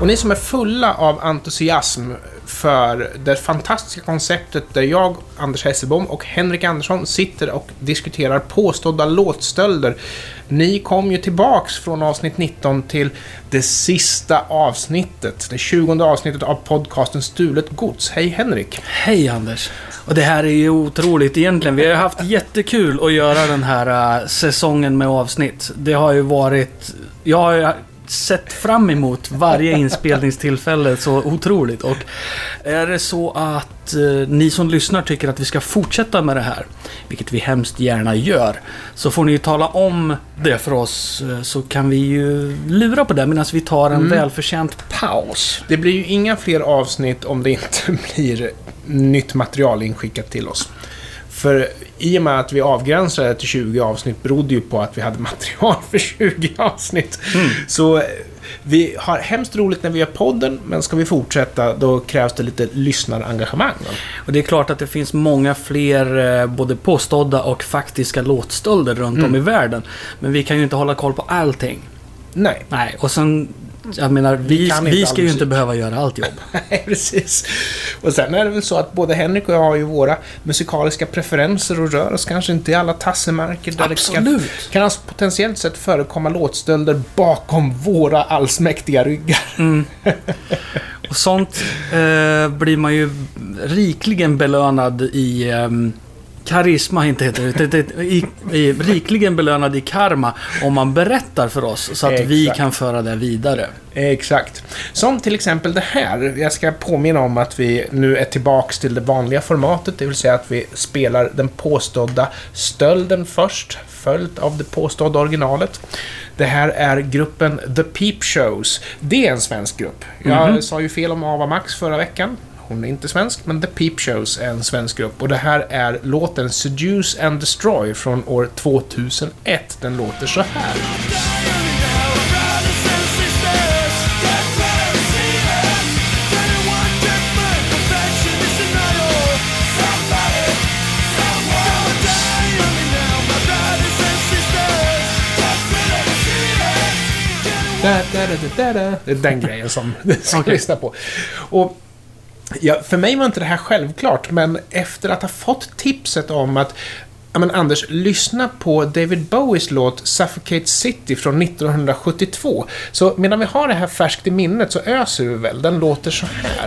Och ni som är fulla av entusiasm för det fantastiska konceptet där jag, Anders Hesselbom och Henrik Andersson sitter och diskuterar påstådda låtstölder. Ni kom ju tillbaks från avsnitt 19 till det sista avsnittet, det 20:e avsnittet av podcasten Stulet Gods. Hej Henrik! Hej Anders! Och det här är ju otroligt egentligen. Vi har haft jättekul att göra den här säsongen med avsnitt. Det har ju varit... Jag har ju sett fram emot varje inspelningstillfälle så otroligt. Och är det så att ni som lyssnar tycker att vi ska fortsätta med det här, vilket vi hemskt gärna gör, så får ni ju tala om det för oss, så kan vi ju lura på det medan vi tar en välförtjänt paus. Det blir ju inga fler avsnitt om det inte blir nytt material inskickat till oss. För i och med att vi avgränsade det till 20 avsnitt berodde ju på att vi hade material för 20 avsnitt. Så vi har hemskt roligt när vi gör podden, men ska vi fortsätta då krävs det lite lyssnarengagemang. Och det är klart att det finns många fler både påstådda och faktiska låtstölder runt om i världen. Men vi kan ju inte hålla koll på allting. Nej. Och sen... Jag menar, vi ska ju inte behöva göra allt jobb. Nej, precis. Och sen är det väl så att både Henrik och jag har ju våra musikaliska preferenser och rör oss kanske inte i alla tassemarker där Absolut. det kan potentiellt sett förekomma låtstölder bakom våra allsmäktiga ryggar. Och sånt blir man ju rikligen belönad i... karisma inte heter det. Rikligen belönad i karma om man berättar för oss så att vi kan föra det vidare. Exakt. Som till exempel det här. Jag ska påminna om att vi nu är tillbaks till det vanliga formatet. Det vill säga att vi spelar den påstådda stölden först, följt av det påstådda originalet. Det här är gruppen The Peep Shows. Det är en svensk grupp. Jag sa ju fel om Ava Max förra veckan. Hon är inte svensk, men The Peep Shows är en svensk grupp. Och det här är låten Seduce and Destroy från år 2001. Den låter så här. Det är den grejen som ska lyssna på. Och ja, för mig var inte det här självklart, men efter att ha fått tipset om att Anders, lyssna på David Bowies låt Suffocate City från 1972. Så medan vi har det här färskt i minnet så öser vi väl. Den låter så här.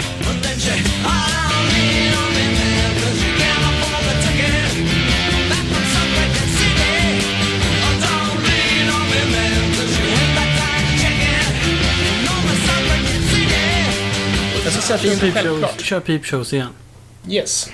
Kör Peep Shows igen. Yes.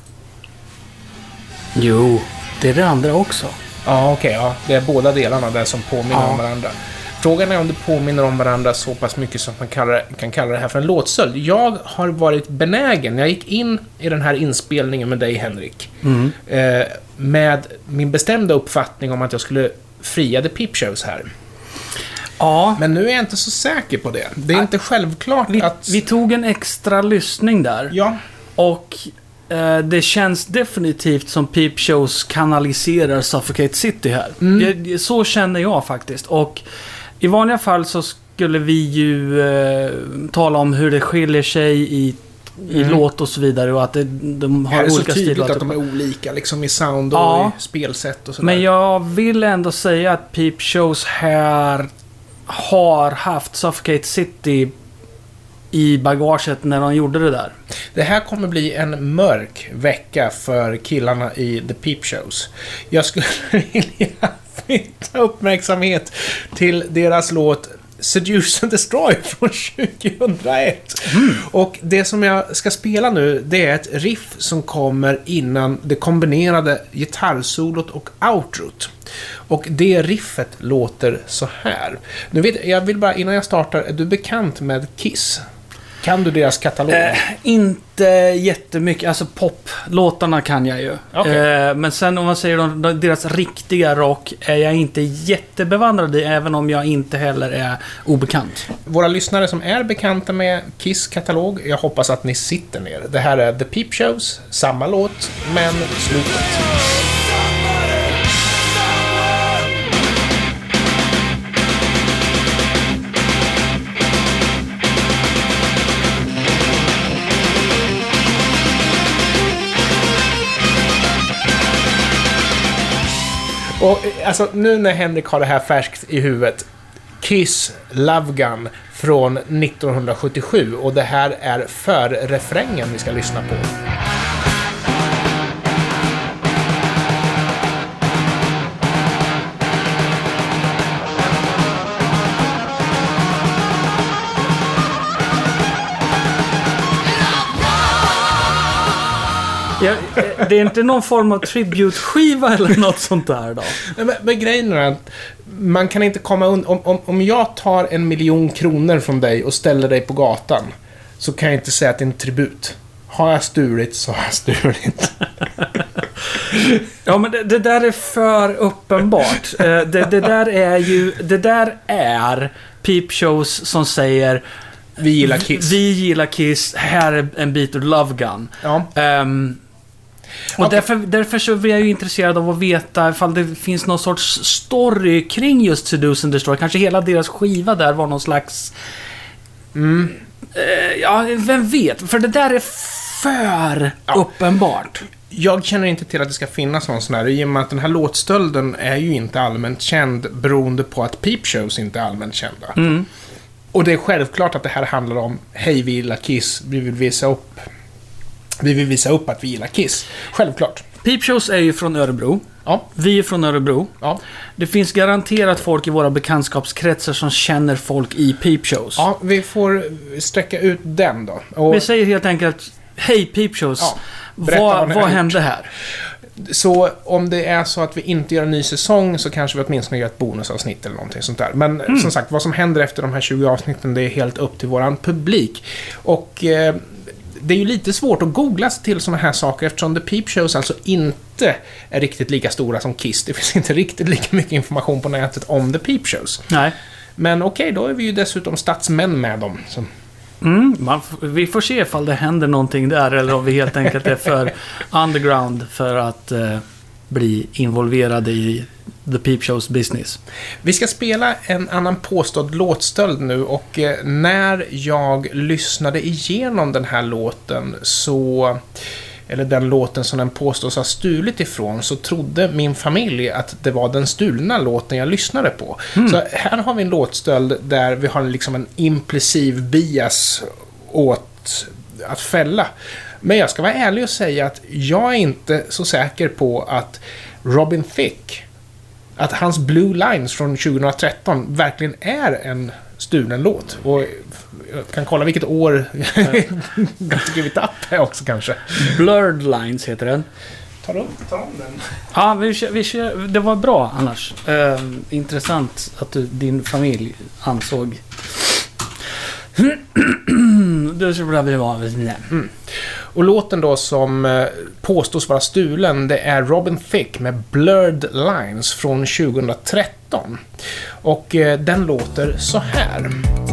Jo, det är det andra också. Ja, okej. Ja. Det är båda delarna där som påminner om varandra. Frågan är om det påminner om varandra så pass mycket som man kan kalla det här för en låtstöld. Jag har varit benägen. Jag gick in i den här inspelningen med dig, Henrik. Med min bestämda uppfattning om att jag skulle fria The Peep Shows här. Ja. Men nu är jag inte så säker på det. Det är inte självklart att... Vi tog en extra lyssning där. Ja. Och det känns definitivt som Peep Shows kanaliserar Suffocate City här. Så känner jag faktiskt. Och i vanliga fall så skulle vi ju tala om hur det skiljer sig i låt och så vidare, och att de har olika stilar. Det är så tydligt att de är olika liksom i sound och i spelsätt och sådär. Men jag vill ändå säga att Peep Shows här har haft Suffocate City i bagaget när de gjorde det där. Det här kommer bli en mörk vecka för killarna i The Peep Shows. Jag skulle vilja flytta uppmärksamhet till deras låt Seduce and Destroy från 2001. Och det som jag ska spela nu, det är ett riff som kommer innan det kombinerade gitarrsolot och outrot. Och det riffet låter så här. Jag vill bara, innan jag startar, är du bekant med Kiss? Kan du deras katalog? Inte jättemycket. Alltså poplåtarna kan jag ju. Okay. Men sen om man säger deras riktiga rock är jag inte jättebevandrad i, även om jag inte heller är obekant. Våra lyssnare som är bekanta med Kiss katalog, jag hoppas att ni sitter ner. Det här är The Peep Shows, samma låt, men slutet. Och alltså, nu när Henrik har det här färskt i huvudet. Kiss Love Gun från 1977. Och det här är för-refrängen vi ska lyssna på. Ja, det är inte någon form av tribute-skiva eller något sånt där då? Men grejen är att man kan inte komma om jag tar 1 miljon kronor från dig och ställer dig på gatan, så kan jag inte säga att det är en tribut. Har jag stulit så har jag stulit. Ja, men det där är för uppenbart. Det där är Peep Shows som säger vi gillar Kiss. Vi gillar Kiss. Här är en bit ur Love Gun. Ja. Och därför så är jag ju intresserad av att veta ifall det finns någon sorts story kring just Seduce and Destroy. Kanske hela deras skiva där var någon slags... ja, vem vet? För det där är för uppenbart. Jag känner inte till att det ska finnas någon sån här, i och med att den här låtstölden är ju inte allmänt känd beroende på att Peep Shows inte är allmänt kända. Och det är självklart att det här handlar om hej, vi gillar Kiss, vi vill visa upp att vi gillar Kiss. Självklart. Peep Shows är ju från Örebro. Ja. Vi är från Örebro. Ja. Det finns garanterat folk i våra bekantskapskretsar som känner folk i Peep Shows. Ja, vi får sträcka ut den då. Och vi säger helt enkelt, hej Peep Shows, vad hände här? Så om det är så att vi inte gör en ny säsong, så kanske vi åtminstone gör ett bonusavsnitt eller någonting sånt där. Men som sagt, vad som händer efter de här 20 avsnitten, det är helt upp till våran publik. Och det är ju lite svårt att googla sig till såna här saker, eftersom The Peep Shows alltså inte är riktigt lika stora som Kiss. Det finns inte riktigt lika mycket information på nätet om The Peep Shows. Nej. Men okej, då är vi ju dessutom statsmän med dem. Så. Vi får se ifall det händer någonting där, eller om vi helt enkelt är för underground för att bli involverade i The Peep Shows business. Vi ska spela en annan påstådd låtstöld nu, och när jag lyssnade igenom den här låten så... eller den låten som den påstås ha stulit ifrån, så trodde min familj att det var den stulna låten jag lyssnade på. Så här har vi en låtstöld där vi har liksom en impulsiv bias åt att fälla. Men jag ska vara ärlig och säga att jag är inte så säker på att Robin Thicke, att hans Blue Lines från 2013 verkligen är en stulen låt. Och jag kan kolla vilket år Got to Give It Up är också kanske. Blurred Lines heter den. Ta om den. Ja, vi kör, det var bra annars. Intressant att din familj ansåg. Och låten då som påstås vara stulen, det är Robin Thicke med Blurred Lines från 2013. Och den låter så här.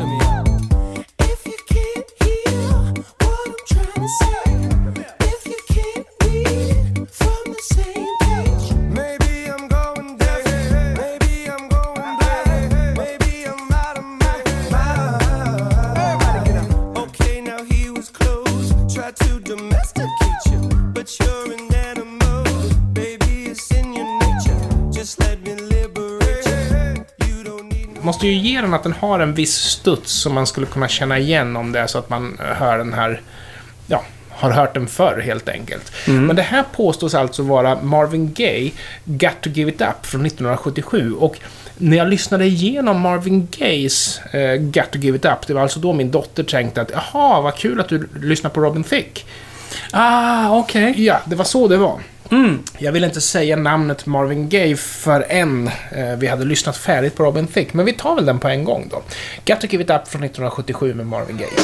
Måste ju ge den att den har en viss studs som man skulle kunna känna igen om det är så att man hör den här, ja, har hört den förr helt enkelt. Men det här påstås alltså vara Marvin Gaye, Got to Give It Up från 1977, och när jag lyssnade igenom Marvin Gayes Got to Give It Up, det var alltså då min dotter tänkte att jaha, vad kul att du lyssnar på Robin Thicke. Okej. Ja, det var så det var. Jag vill inte säga namnet Marvin Gaye förrän vi hade lyssnat färdigt på Robin Thicke, men vi tar väl den på en gång då. Got to Give It Up från 1977 med Marvin Gaye.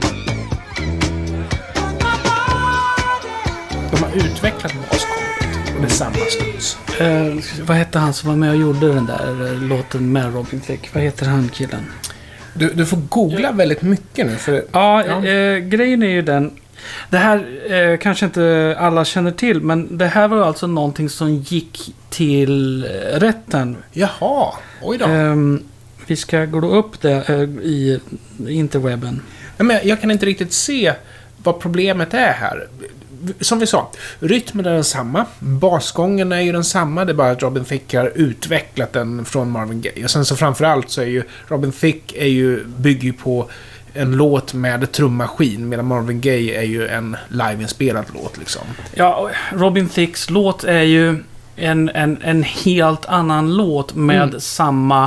Utvecklat baskontot. Och det är samma studs. Vad hette han som var med och gjorde den där låten med Robin Thicke? Vad heter han killen? Du får googla väldigt mycket nu. För, grejen är ju den. Det här kanske inte alla känner till, men det här var alltså någonting som gick till rätten. Jaha, oj då. Vi ska gå upp det i interwebben. Ja, men jag kan inte riktigt se vad problemet är här. Som vi sa, rytmen är densamma. Basgången är ju densamma. Det är bara att Robin Thicke har utvecklat den från Marvin Gaye. Och sen så framförallt så är ju Robin Thicke bygger på en låt med trummaskin, medan Marvin Gaye är ju en liveinspelad låt liksom. Ja, Robin Thicks låt är ju en helt annan låt med samma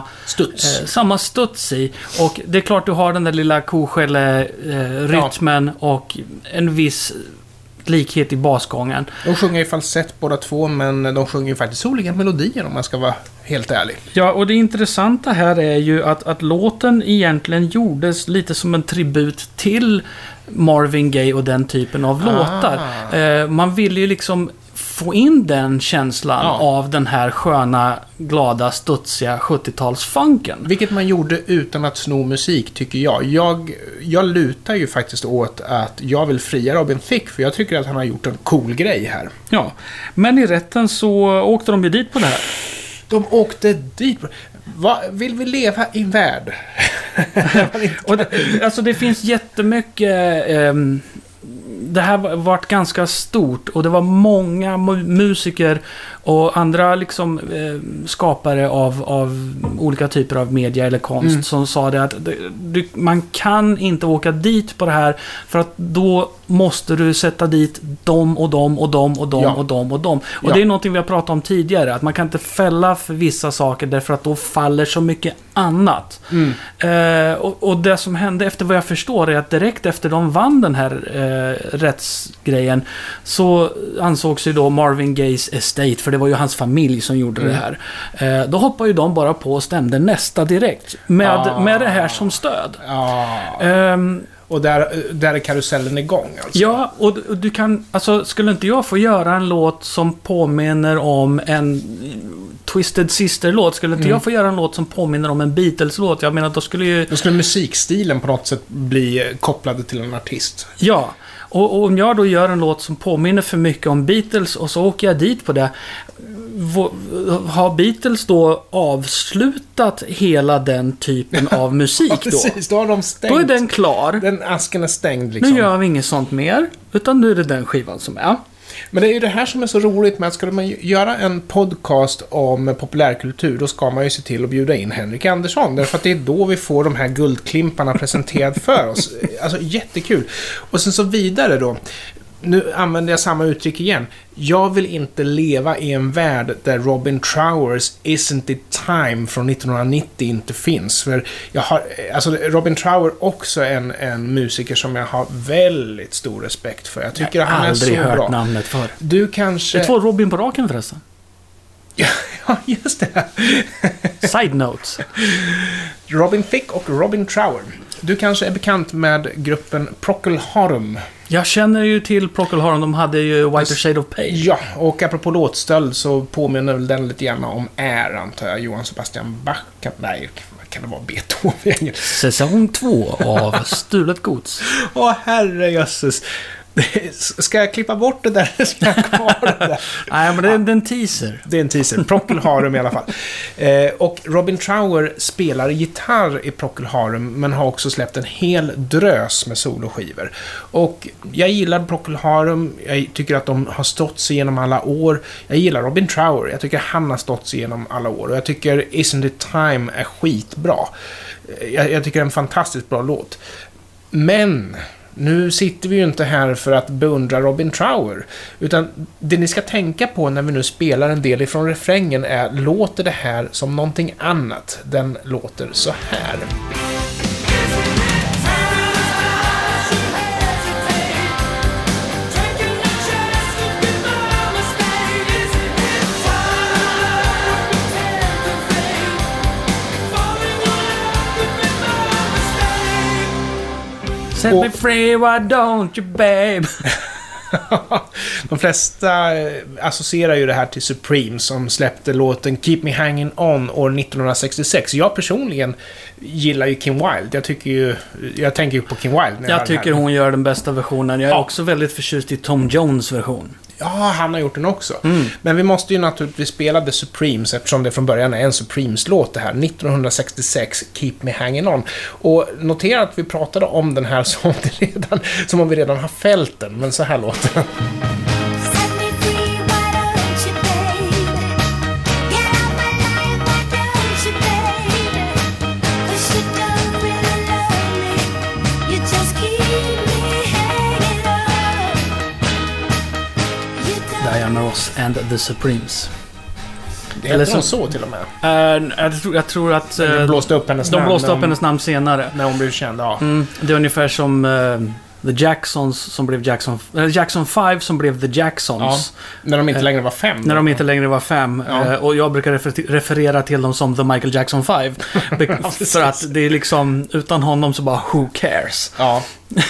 studs i. Och det är klart du har den där lilla koskälle-rytmen och en viss likhet i basgången. De sjunger i falsett båda två, men de sjunger ju faktiskt olika melodier om man ska vara helt ärlig. Ja, och det intressanta här är ju att låten egentligen gjordes lite som en tribut till Marvin Gaye och den typen av låtar. Man ville ju liksom få in den känslan av den här sköna, glada, studsiga 70-talsfunken. Vilket man gjorde utan att sno musik, tycker jag. Jag lutar ju faktiskt åt att jag vill fria Robin Thicke, för jag tycker att han har gjort en cool grej här. Ja, men i rätten så åkte de ju dit på det här. De åkte dit. Vill vi leva i en värld? Och det finns jättemycket... det här varit ganska stort och det var många musiker och andra liksom skapare av olika typer av media eller konst som sa det att man kan inte åka dit på det här, för att då måste du sätta dit dem och dem och dem och dem och dem och dem. Och det är någonting vi har pratat om tidigare, att man kan inte fälla för vissa saker därför att då faller så mycket annat. Och det som hände, efter vad jag förstår, är att direkt efter de vann den här rättsgrejen så ansågs ju då Marvin Gayes estate, för det var ju hans familj som gjorde det här. Då hoppade ju de bara på och stämde nästa direkt med det här som stöd. Och där är karusellen igång alltså. Ja, och du kan, alltså skulle inte jag få göra en låt som påminner om en Twisted Sister-låt, skulle inte jag få göra en låt som påminner om en Beatles-låt? Jag menar, då skulle musikstilen på något sätt bli kopplad till en artist. Ja, och om jag då gör en låt som påminner för mycket om Beatles och så åker jag dit på det, har Beatles då avslutat hela den typen av musik då? Precis, då har de stängt. Då är den klar. Den asken är stängd liksom. Nu gör vi inget sånt mer, utan nu är det den skivan som är. Men det är ju det här som är så roligt med att ska man göra en podcast om populärkultur, då ska man ju se till att bjuda in Henrik Andersson, därför att det är då vi får de här guldklimparna presenterade för oss. Alltså jättekul. Och sen så vidare då. Nu använder jag samma uttryck igen. Jag vill inte leva i en värld där Robin Trowers Isn't It Time från 1990 inte finns. För Robin Trower också en musiker som jag har väldigt stor respekt för. Jag tycker att han är så bra. Jag har aldrig hört namnet för. Du kanske... Det är 2 Robin på raken förresten. Ja, just det. Side notes. Robin Thicke och Robin Trower. Du kanske är bekant med gruppen Procol Harum. Jag känner ju till Procol Harum. De hade ju Whiter Shade of Pale. Ja, och apropå låtstöld så påminner väl den lite grann om antar jag. Johann Sebastian Bach. Nej, kan det vara Beethoven? Säsong 2 av Stulet Gods. Herrejösses. Ska jag klippa bort det där? Ska jag kvar det där? Nej, men det är en teaser. Det är en teaser. Procol Harum i alla fall. Och Robin Trower spelar gitarr i Procol Harum, men har också släppt en hel drös med soloskivor. Och jag gillar Procol Harum. Jag tycker att de har stått sig genom alla år. Jag gillar Robin Trower. Jag tycker han har stått sig genom alla år. Och jag tycker Isn't It Time är skitbra. Jag tycker det är en fantastiskt bra låt. Men... nu sitter vi ju inte här för att beundra Robin Trower, utan det ni ska tänka på när vi nu spelar en del ifrån refrängen är, låter det här som någonting annat? Den låter så här. Set me free, why don't you, babe? De flesta associerar ju det här till Supreme som släppte låten Keep Me Hanging On år 1966. Jag personligen gillar ju Kim Wilde. Jag tänker ju på Kim Wilde när jag tycker hon gör den bästa versionen. Jag är också väldigt förtjust i Tom Jones version. Ja, han har gjort den också. Men vi måste ju naturligtvis spela The Supremes eftersom det från början är en Supremes-låt det här. 1966, Keep Me Hanging On. Och notera att vi pratade om den här som om vi redan har fällt den. Men så här låter den. Diana Ross and the Supremes. Det heter så till och med. Jag tror att de blåste upp hennes namn. De blåste upp hennes namn senare. När hon blev känd, ja. Det är ungefär som The Jacksons som blev Jackson 5 som blev The Jacksons. Ja, när de inte längre var 5. När de inte längre var 5. Ja. Och jag brukar referera till dem som The Michael Jackson 5. För att det är liksom, utan honom så bara, who cares? Ja.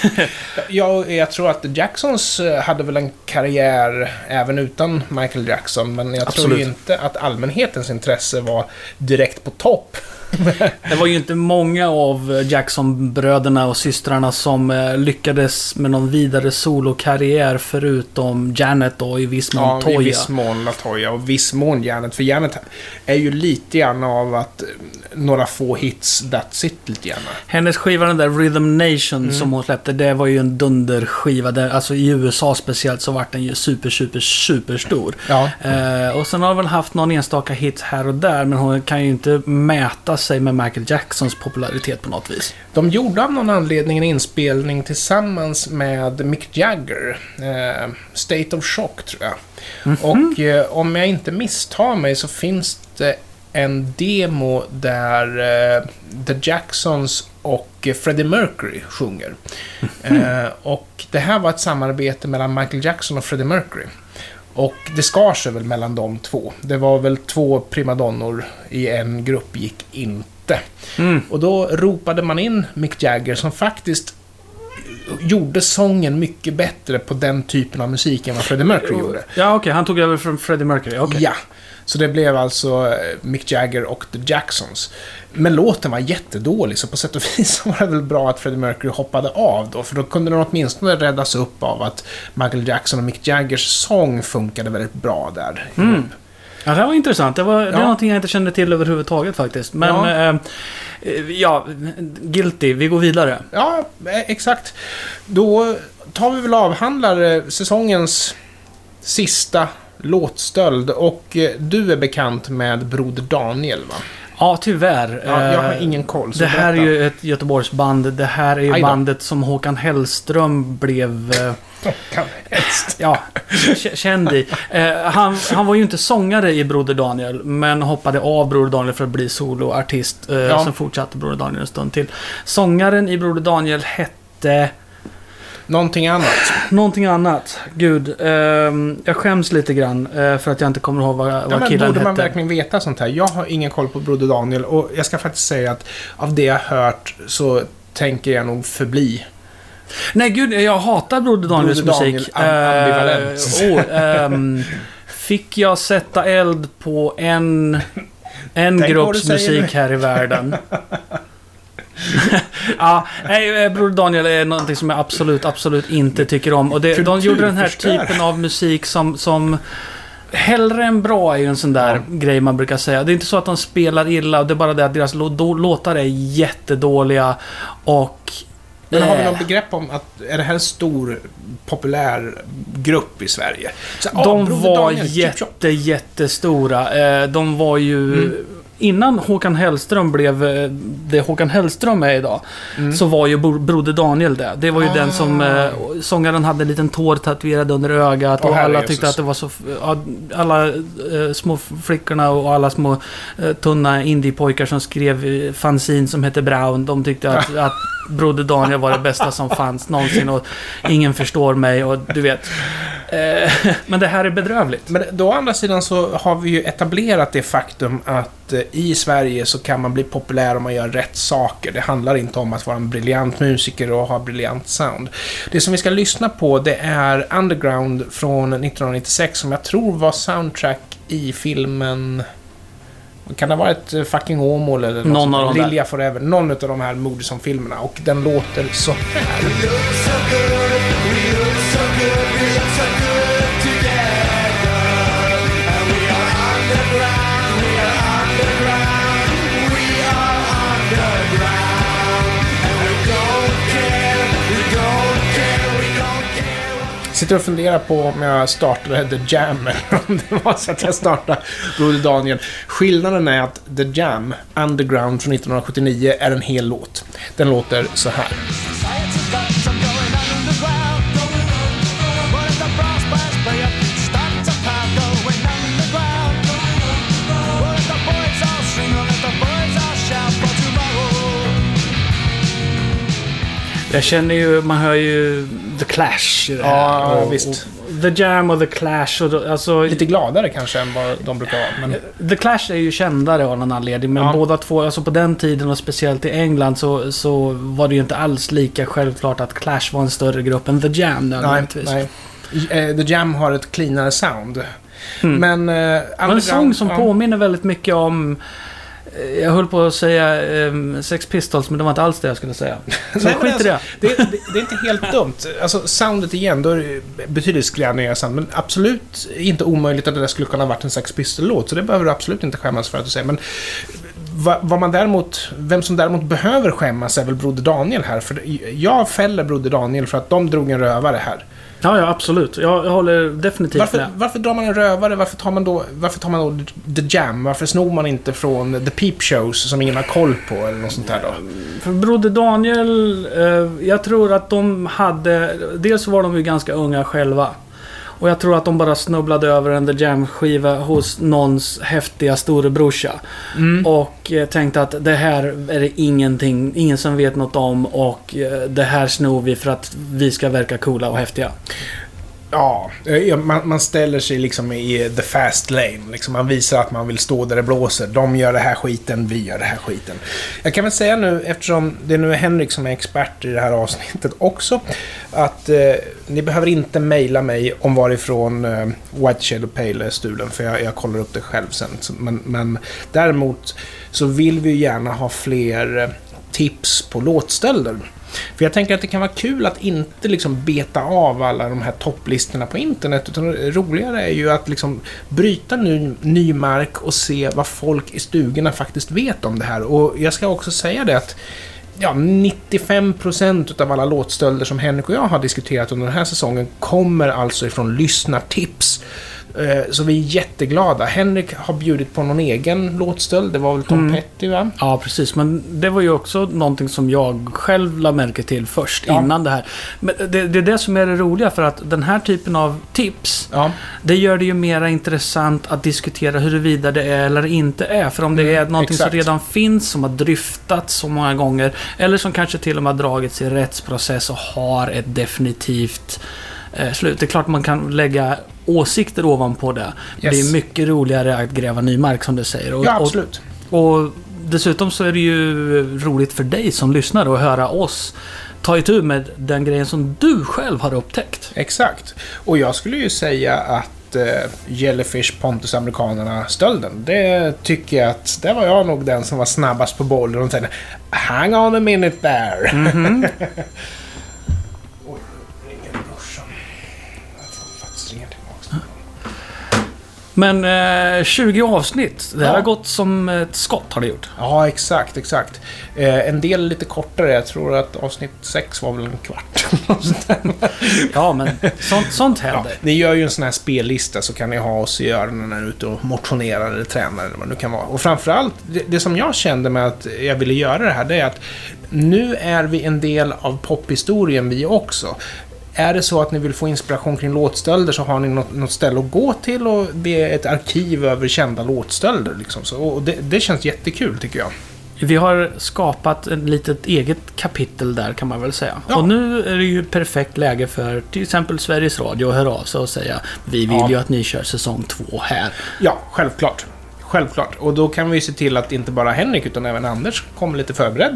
Jag tror att The Jacksons hade väl en karriär även utan Michael Jackson. Men jag tror inte att allmänhetens intresse var direkt på topp. Det var ju inte många av Jackson-bröderna och systrarna som lyckades med någon vidare solokarriär förutom Janet och i viss mån Toya. Ja, i viss mån LaToya och viss mån Janet. För Janet är ju lite grann av att några få hits, that's it lite grann. Hennes skiva, den där Rhythm Nation som hon släppte, det var ju en dunderskiva. Alltså i USA speciellt så var den ju super stor. Ja. Och sen har hon väl haft någon enstaka hit här och där, men hon kan ju inte mäta sig med Michael Jacksons popularitet på något vis. De gjorde av någon anledning en inspelning tillsammans med Mick Jagger. State of Shock tror jag. Och om jag inte misstar mig så finns det en demo där The Jacksons och Freddie Mercury sjunger. Och det här var ett samarbete mellan Michael Jackson och Freddie Mercury. Och det skar sig väl mellan de två. Det var väl 2 primadonnor i en grupp gick inte. Och då ropade man in Mick Jagger som faktiskt gjorde sången mycket bättre på den typen av musik än vad Freddie Mercury gjorde. Ja, okej. Han tog över från Freddie Mercury. Okay. Ja. Så det blev alltså Mick Jagger och The Jacksons. Men låten var jättedålig, så på sätt och vis var det väl bra att Freddie Mercury hoppade av då. För då kunde den åtminstone räddas upp av att Michael Jackson och Mick Jaggers sång funkade väldigt bra där. Ja, det var intressant. Det var någonting jag inte kände till överhuvudtaget faktiskt. Men guilty, vi går vidare. Ja, exakt. Då tar vi väl avhandlar säsongens sista låtstöld. Och du är bekant med Broder Daniel, va? Ja, tyvärr. Ja, jag har ingen koll. Det här är ju ett Göteborgsband. Det här är ju bandet som Håkan Hellström blev... ja, känd i. Han var ju inte sångare i Broder Daniel, men hoppade av Broder Daniel för att bli soloartist. Sen fortsatte Broder Daniel en stund till. Sångaren i Broder Daniel hette... Någonting annat. Gud, jag skäms lite grann för att jag inte kommer ihåg vad killen hette. Borde man verkligen veta sånt här? Jag har ingen koll på Broder Daniel och jag ska faktiskt säga att av det jag hört så tänker jag nog förbli. Nej, gud, jag hatar Broder Daniels musik. Ambivalent. Fick jag sätta eld på en grupps musik här i världen? Ja, Broder Daniel är någonting som jag absolut inte tycker om. Och de gjorde den här typen av musik som hellre än bra är ju en sån där grej man brukar säga. Det är inte så att de spelar illa, och det är bara det att deras låtar är jättedåliga. Och men har vi någon begrepp om att är det här en stor populär grupp i Sverige? Så, de var jättestora. De var ju innan Håkan Hellström blev det Håkan Hellström är idag, så var ju Broder Daniel det. Det var ju den som sångaren hade en liten tår tatuerad under ögat, och alla tyckte att det var så... Alla små flickorna och alla små tunna indiepojkar som skrev fanzine som hette Brown, de tyckte att Broder Daniel var det bästa som fanns någonsin, och ingen förstår mig, och du vet... Men det här är bedrövligt. Men då å andra sidan så har vi ju etablerat det faktum att i Sverige så kan man bli populär om man gör rätt saker. Det handlar inte om att vara en briljant musiker och ha briljant sound. Det som vi ska lyssna på, det är Underground från 1996 som jag tror var soundtrack i filmen... Kan det vara ett fucking Åmål eller någon av dem Lilja Forever? Någon av de här Moodysson-filmerna. Och den låter så här. Sitter och funderar på om jag startade The Jam eller om det var så att jag startade Broder Daniel. Skillnaden är att The Jam, Underground från 1979, är en hel låt. Den låter så här. Jag känner ju, man hör ju The Clash i det här. Ja, visst. Och The Jam och The Clash. Och alltså, lite gladare kanske än vad de brukar vara. Men... The Clash är ju kändare av någon anledning. Men båda två, alltså på den tiden och speciellt i England så var det ju inte alls lika självklart att Clash var en större grupp än The Jam. Nej. The Jam har ett cleanare sound. Men en sång som påminner väldigt mycket om... Jag höll på att säga Sex Pistols, men det var inte alls det jag skulle säga. Så nej, skit i alltså, det är inte helt dumt. Alltså, soundet igen, då är det betydligt skränigare sound. Men absolut inte omöjligt att det där skulle kunna ha varit en Sex Pistols-låt. Så det behöver du absolut inte skämmas för att säga. Men vem som däremot behöver skämmas är väl Broder Daniel här. För jag fäller Broder Daniel för att de drog en rövare här. Ja, absolut. Jag håller definitivt med. Varför drar man en rövare? Varför tar man då The Jam? Varför snor man inte från The Peep Shows som ingen har koll på eller något sånt där då? För Broder Daniel, jag tror att de hade... Dels var de ju ganska unga själva. Och jag tror att de bara snubblade över en The Jam-skiva hos någons häftiga storebrorsa. Och tänkte att det här är det ingen som vet något om. Och det här snor vi för att vi ska verka coola och häftiga. Ja, man ställer sig liksom i the fast lane. Liksom man visar att man vill stå där det blåser. De gör det här skiten, vi gör det här skiten. Jag kan väl säga nu, eftersom det nu är Henrik som är expert i det här avsnittet också, att ni behöver inte mejla mig om varifrån White Shadow Pale är stulen, för jag kollar upp det själv sen. Men däremot så vill vi gärna ha fler tips på låtstölder. För jag tänker att det kan vara kul att inte liksom beta av alla de här topplistorna på internet, utan det roligare är ju att liksom bryta ny mark och se vad folk i stugorna faktiskt vet om det här. Och jag ska också säga det att 95% av alla låtstölder som Henrik och jag har diskuterat under den här säsongen kommer alltså ifrån lyssnartips. Så vi är jätteglada. Henrik har bjudit på någon egen låtstöld. Det var väl Tom Petty, va? Ja, precis. Men det var ju också någonting som jag själv la märke till först, innan det här. Men det är det som är det roliga, för att den här typen av tips, det gör det ju mer intressant att diskutera huruvida det är eller inte är. För om det är någonting som redan finns, som har dryftats så många gånger, eller som kanske till och med har dragits i rättsprocess och har ett definitivt slut. Det är klart man kan lägga åsikter ovanpå det. Yes. Det är mycket roligare att gräva ny mark, som du säger. Ja, absolut. Och dessutom så är det ju roligt för dig som lyssnar att höra oss ta itu med den grejen som du själv har upptäckt. Exakt. Och jag skulle ju säga att Jellyfish Pontus Amerikanerna stölden, det tycker jag att det var jag nog den som var snabbast på bollen och tänkte, hang on a minute there. Men 20 avsnitt, det här har gått som ett skott, har det gjort. Ja, exakt. En del lite kortare, jag tror att avsnitt 6 var väl en kvart. Ja, men sånt händer. Ja, ni gör ju en sån här spellista, så kan ni ha oss i öronen när ni är ute och motionerar eller tränar eller vad det nu kan vara. Och framförallt, det som jag kände med att jag ville göra det här, det är att nu är vi en del av pophistorien vi också. Är det så att ni vill få inspiration kring låtstölder, så har ni något ställe att gå till, och det är ett arkiv över kända låtstölder. Liksom. Så, och det känns jättekul, tycker jag. Vi har skapat ett litet eget kapitel där, kan man väl säga. Ja. Och nu är det ju perfekt läge för till exempel Sveriges Radio att höra av sig och säga vi vill ju att ni kör säsong 2 här. Ja, självklart. Självklart. Och då kan vi se till att inte bara Henrik utan även Anders kommer lite förberedd.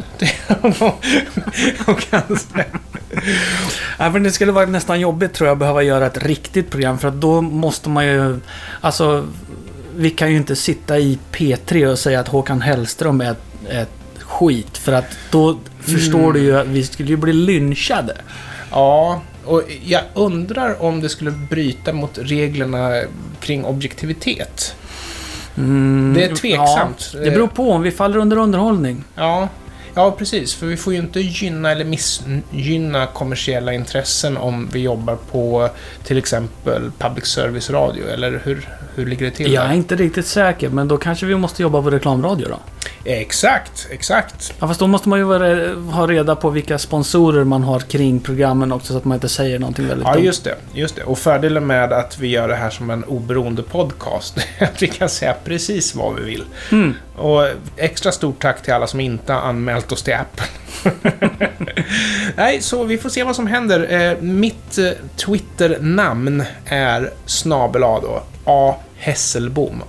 Även det skulle vara nästan jobbigt, tror jag, att behöva göra ett riktigt program. För att då måste man ju... Alltså, vi kan ju inte sitta i P3 och säga att Håkan Hellström är ett skit. För att då förstår du ju att vi skulle ju bli lynchade. Ja, och jag undrar om det skulle bryta mot reglerna kring objektivitet. Det är tveksamt. Ja, det beror på om vi faller under underhållning. Ja, precis. För vi får ju inte gynna eller missgynna kommersiella intressen om vi jobbar på till exempel public service radio. Eller hur ligger det till? Jag är inte riktigt säker, men då kanske vi måste jobba på reklamradio då. Exakt. Ja, fast då måste man ju ha reda på vilka sponsorer man har kring programmen också, så att man inte säger någonting väldigt dumt. Ja, just det. Och fördelen med att vi gör det här som en oberoende podcast är att vi kan säga precis vad vi vill. Och extra stort tack till alla som inte har anmält oss till appen. Nej, så vi får se vad som händer. Mitt Twitter-namn är /A Hesselbom.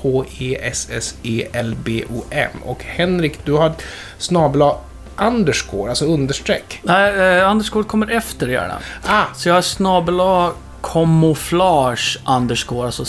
AHESSELBOM. Och Henrik, du har /_ alltså understreck. Nej, underscore kommer efter gärna. Så jag har / camouflage _ alltså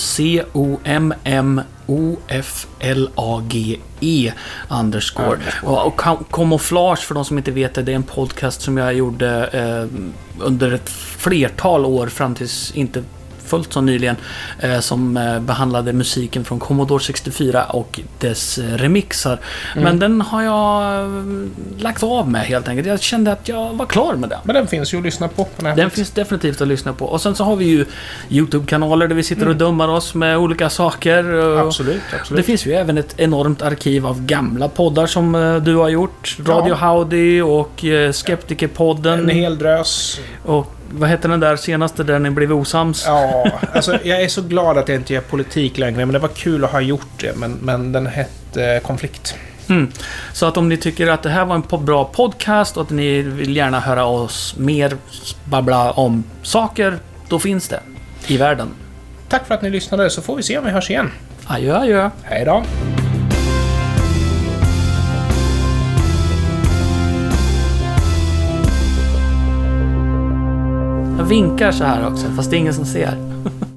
COMMOFLAGE _ och camouflage, för de som inte vet det är en podcast som jag gjorde under ett flertal år fram tills inte fullt så nyligen, som behandlade musiken från Commodore 64 och dess remixar. Men den har jag lagt av med helt enkelt. Jag kände att jag var klar med det. Men den finns ju att lyssna på nätet. Den finns definitivt att lyssna på. Och sen så har vi ju YouTube-kanaler där vi sitter och dömar oss med olika saker. Absolut. Det finns ju även ett enormt arkiv av gamla poddar som du har gjort. Radio Howdy och Skeptikerpodden. En hel drös. Och vad heter den där senaste där ni blev osams? Ja, alltså jag är så glad att jag inte gör politik längre, men det var kul att ha gjort det, men den hette Konflikt. Så att om ni tycker att det här var en bra podcast och att ni vill gärna höra oss mer babbla om saker, då finns det i världen. Tack för att ni lyssnade, så får vi se om vi hörs igen. Adjö. Hej då. Jag vinkar så här också, fast det är ingen som ser.